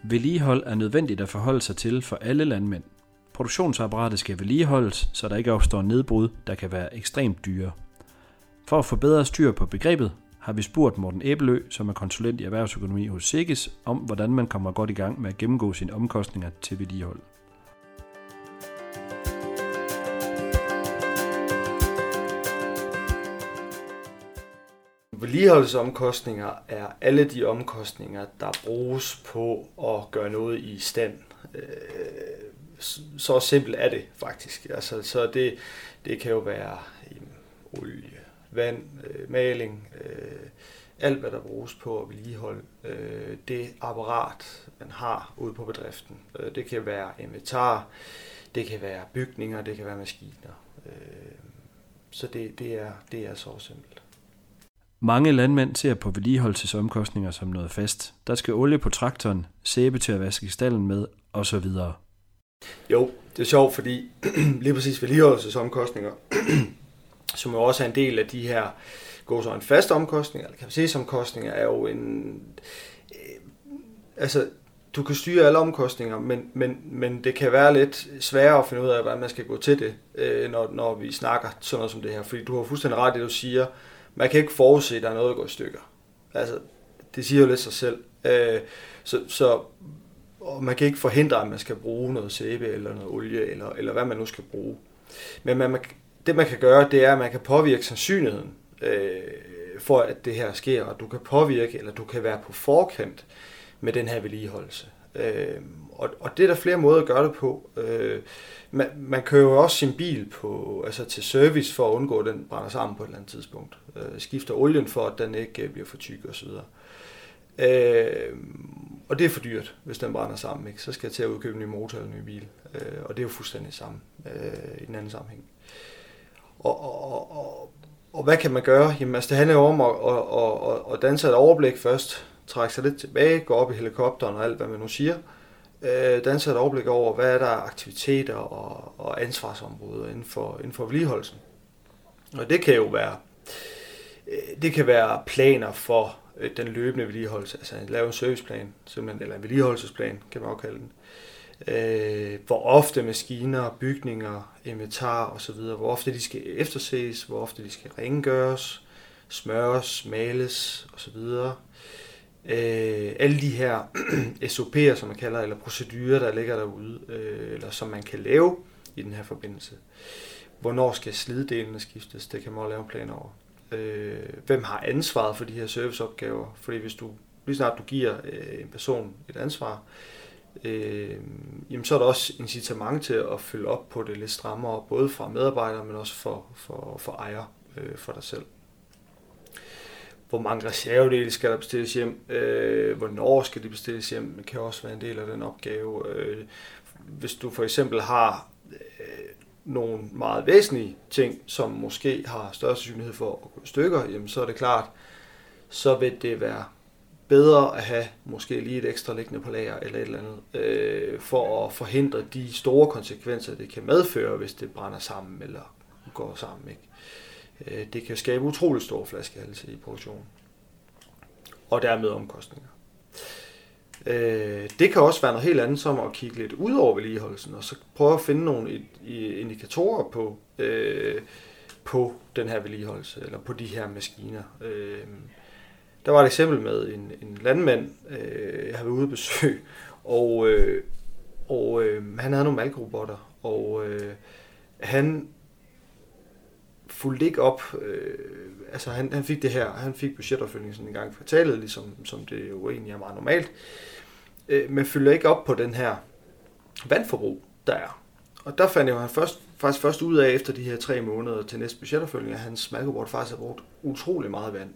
Vedligehold er nødvendigt at forholde sig til for alle landmænd. Produktionsapparatet skal vedligeholdes, så der ikke opstår nedbrud, der kan være ekstremt dyre. For at få bedre styr på begrebet, har vi spurgt Morten Æbelø, som er konsulent i erhvervsøkonomi hos SEGES, om hvordan man kommer godt i gang med at gennemgå sine omkostninger til vedligehold. Vedligeholdelsesomkostninger er alle de omkostninger, der bruges på at gøre noget i stand. Så simpelt er det faktisk. Altså, så det kan jo være olie, vand, maling, alt hvad der bruges på at vedligeholde det apparat, man har ude på bedriften. Det kan være inventar, det kan være bygninger, det kan være maskiner. Så det er så simpelt. Mange landmænd ser på vedligeholdelsesomkostninger som noget fast. Der skal olie på traktoren, sæbe til at vaske stalden med osv. Jo, det er sjovt, fordi lige præcis vedligeholdelsesomkostninger, som jo også er en del af de her en faste omkostninger, eller kapacitetsomkostninger, er jo altså, du kan styre alle omkostninger, men det kan være lidt sværere at finde ud af, hvordan man skal gå til det, når vi snakker sådan noget som det her. Fordi du har fuldstændig ret i det, du siger. Man kan ikke forudse, at der er noget, der går i stykker. Altså, det siger jo lidt sig selv. Og man kan ikke forhindre, at man skal bruge noget sæbe eller noget olie, eller hvad man nu skal bruge. Men det man kan gøre, det er, at man kan påvirke sandsynligheden for, at det her sker, og du kan påvirke, eller du kan være på forkant med den her vedligeholdelse. Og det er der flere måder at gøre det på. Man kører jo også sin bil til service for at undgå, at den brænder sammen på et eller andet tidspunkt. Skifter olien for, at den ikke bliver for tyk osv. Og det er for dyrt, hvis den brænder sammen. Ikke? Så skal jeg til at udkøbe en ny motor eller en ny bil. Og det er jo fuldstændig samme i den anden sammenhæng. Og hvad kan man gøre? Jamen, altså, det handler jo om at danse et overblik først, trække sig lidt tilbage, gå op i helikopteren og alt, hvad man nu siger. Danse et overblik over, hvad er der aktiviteter og ansvarsområder inden for vedligeholdelsen. Og det kan jo være planer for den løbende vedligeholdelse, altså lave en serviceplan, simpelthen, eller en vedligeholdelsesplan, kan man også kalde den. Hvor ofte maskiner, bygninger, inventar osv., hvor ofte de skal efterses, hvor ofte de skal rengøres, smøres, males osv. Alle de her SOP'er, som man kalder, eller procedurer, der ligger derude, eller som man kan lave i den her forbindelse. Hvornår skal sliddelene skiftes? Det kan man også lave planer over. Hvem har ansvaret for de her serviceopgaver? Fordi lige snart du giver en person et ansvar, jamen så er der også incitament til at følge op på det lidt strammere, både fra medarbejdere, men også for ejer, for dig selv. Hvor mange reservedele skal der bestilles hjem? Hvornår skal de bestilles hjem? Det kan også være en del af den opgave. Hvis du for eksempel har nogle meget væsentlige ting, som måske har større sandsynlighed for at gå i stykker, jamen så er det klart, så vil det være bedre at have måske lige et ekstra liggende på lager eller et eller andet, for at forhindre de store konsekvenser, det kan medføre, hvis det brænder sammen eller går sammen. Ikke? Det kan skabe utrolig store flaskehalse i produktionen, og dermed omkostninger. Det kan også være noget helt andet, som at kigge lidt ud over vedligeholdelsen, og så prøve at finde nogle indikatorer på den her vedligeholdelse, eller på de her maskiner. Der var et eksempel med en landmand, jeg havde været ude at besøge, og han havde nogle malkerobotter, og han fulgte ikke op, han fik det her, han fik budgetopfølgning sådan en gang i kvartalet, ligesom som det jo egentlig er meget normalt, men fyldte ikke op på den her vandforbrug, der er. Og der fandt jeg han faktisk først ud af, efter de her 3 måneder til næste budgetopfølgning, at hans malkerobot faktisk har brugt utrolig meget vand.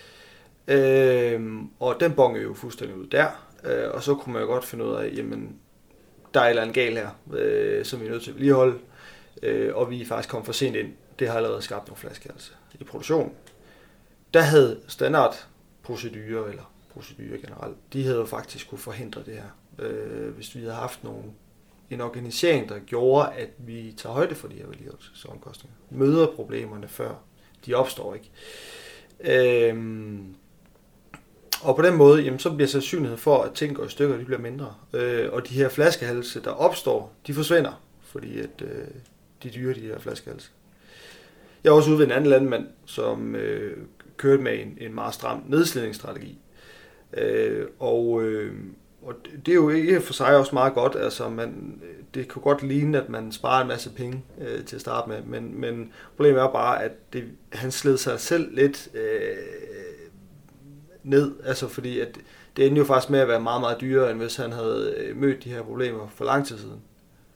Og den bongede jo fuldstændig ud der, og så kunne man jo godt finde ud af, jamen, der er et eller andet galt her, som vi er nødt til at vedligeholde, og vi er faktisk kommet for sent ind. Det har allerede skabt nogle flaskehalse i produktionen. Der havde standardprocedurer, eller procedurer generelt, de havde jo faktisk kunne forhindre det her, hvis vi havde haft en organisering, der gjorde, at vi tager højde for de her vedligeholdelsesomkostninger. Møder problemerne før de opstår, ikke? Og på den måde, jamen, så bliver sandsynligheden for, at ting går i stykker, de bliver mindre. Og de her flaskehalse, der opstår, de forsvinder, fordi at de dyre, de her flaskehalse. Jeg er også ude ved en anden landmand, som kørte med en meget stram nedslidningsstrategi. Og det er jo ikke for sig også meget godt. Altså det kunne godt ligne, at man sparer en masse penge til at starte med, men problemet er bare, at han sled sig selv lidt ned, altså fordi at det endte jo faktisk med at være meget, meget dyrere, end hvis han havde mødt de her problemer for lang tid siden.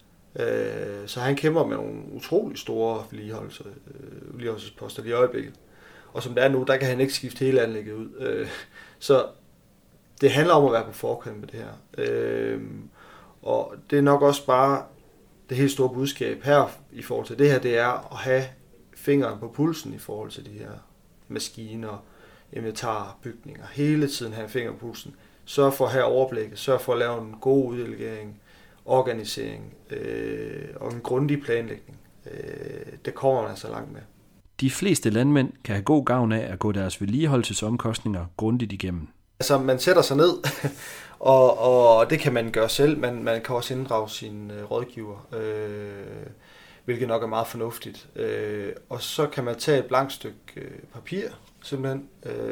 Så han kæmper med nogle utrolig store vedligeholdelsesposter i øjeblikket. Og som det er nu, der kan han ikke skifte hele anlægget ud. Så det handler om at være på forkant med det her. Og det er nok også bare det helt store budskab her i forhold til det her, det er at have fingeren på pulsen i forhold til de her maskiner, inventar, bygninger. Hele tiden have fingeren på pulsen. Sørg for at have overblikket, sørg for at lave en god uddelegering, organisering og en grundig planlægning. Det kommer man altså langt med. De fleste landmænd kan have god gavn af at gå deres vedligeholdelsesomkostninger grundigt igennem. Altså man sætter sig ned, og det kan man gøre selv. Man kan også inddrage sin rådgiver, hvilket nok er meget fornuftigt. Og så kan man tage et blankt stykke papir, simpelthen,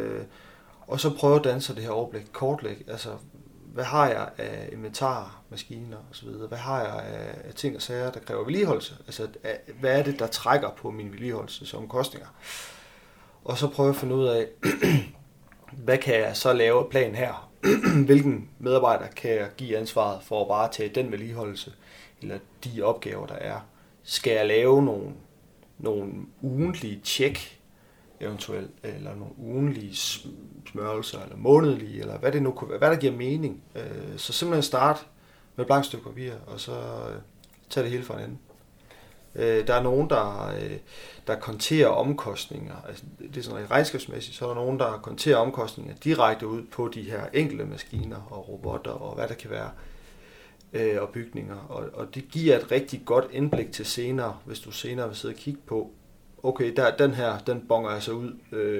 og så prøve at danne sig det her overblik, kortlæg. Altså, hvad har jeg af inventar, maskiner osv.? Hvad har jeg af ting og sager, der kræver vedligeholdelse? Altså, hvad er det, der trækker på mine vedligeholdelsesomkostninger? Og så prøve at finde ud af, hvad kan jeg så lave et plan her? Hvilken medarbejder kan jeg give ansvaret for at varetage den vedligeholdelse, eller de opgaver, der er? Skal jeg lave nogle ugentlige tjek, eventuelt, eller nogle ugentlige smørelser, eller månedlige, eller hvad det nu kunne være, hvad der giver mening. Så simpelthen start med et blankt stykke papir, og så tage det hele fra en ende. Der er nogen, der konterer omkostninger, altså det er sådan regnskabsmæssigt, så er der nogen, der konterer omkostninger direkte ud på de her enkelte maskiner og robotter, og hvad der kan være, og bygninger. Og det giver et rigtig godt indblik til senere, hvis du senere vil sidde og kigge på, okay, den bonger altså ud.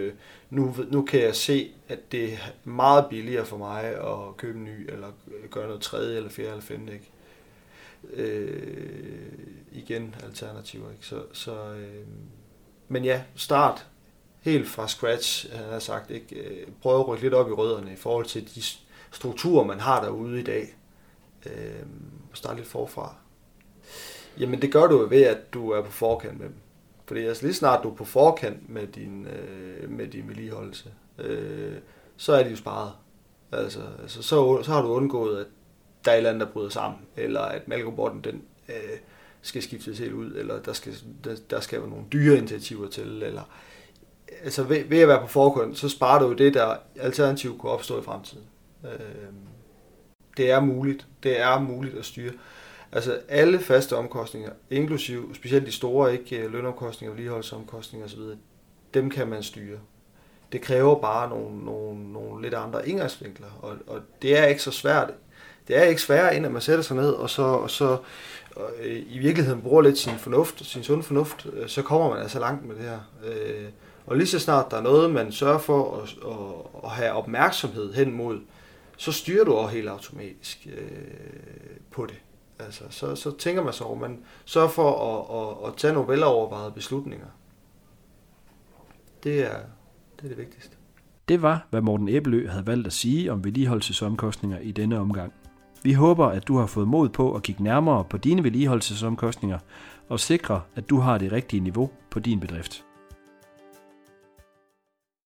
Nu kan jeg se, at det er meget billigere for mig at købe en ny, eller gøre noget tredje, eller fjerde, eller femte, ikke? Igen alternativer, ikke? Men ja, start helt fra scratch, han har sagt, ikke? Prøv at rykke lidt op i rødderne i forhold til de strukturer, man har derude i dag. Start lidt forfra. Jamen det gør du ved, at du er på forkant med dem. Fordi altså, lige snart du er på forkant med din vedligeholdelse, så er de jo sparet. Altså så har du undgået, at der er et eller andet, der bryder sammen, eller at mælkerobotten den skal skiftes helt ud, eller der skal være nogle dyre initiativer til, eller altså ved at være på forkant, så sparer du jo det, der alternativt kunne opstå i fremtiden. Det er muligt at styre. Altså alle faste omkostninger, inklusiv specielt de store, ikke lønomkostninger, vedligeholdelsesomkostninger osv., dem kan man styre. Det kræver bare nogle lidt andre indgangsvinkler, og det er ikke så svært. Det er ikke sværere, end at man sætter sig ned, og så i virkeligheden bruger lidt sin sunde fornuft, så kommer man altså langt med det her. Og lige så snart der er noget, man sørger for at have opmærksomhed hen mod, så styrer du også helt automatisk på det. Altså, så tænker man så over, man sørger for at tage nogle velovervejede beslutninger. Det er det vigtigste. Det var, hvad Morten Ebbelø havde valgt at sige om vedligeholdelsesomkostninger i denne omgang. Vi håber, at du har fået mod på at kigge nærmere på dine vedligeholdelsesomkostninger og sikre, at du har det rigtige niveau på din bedrift.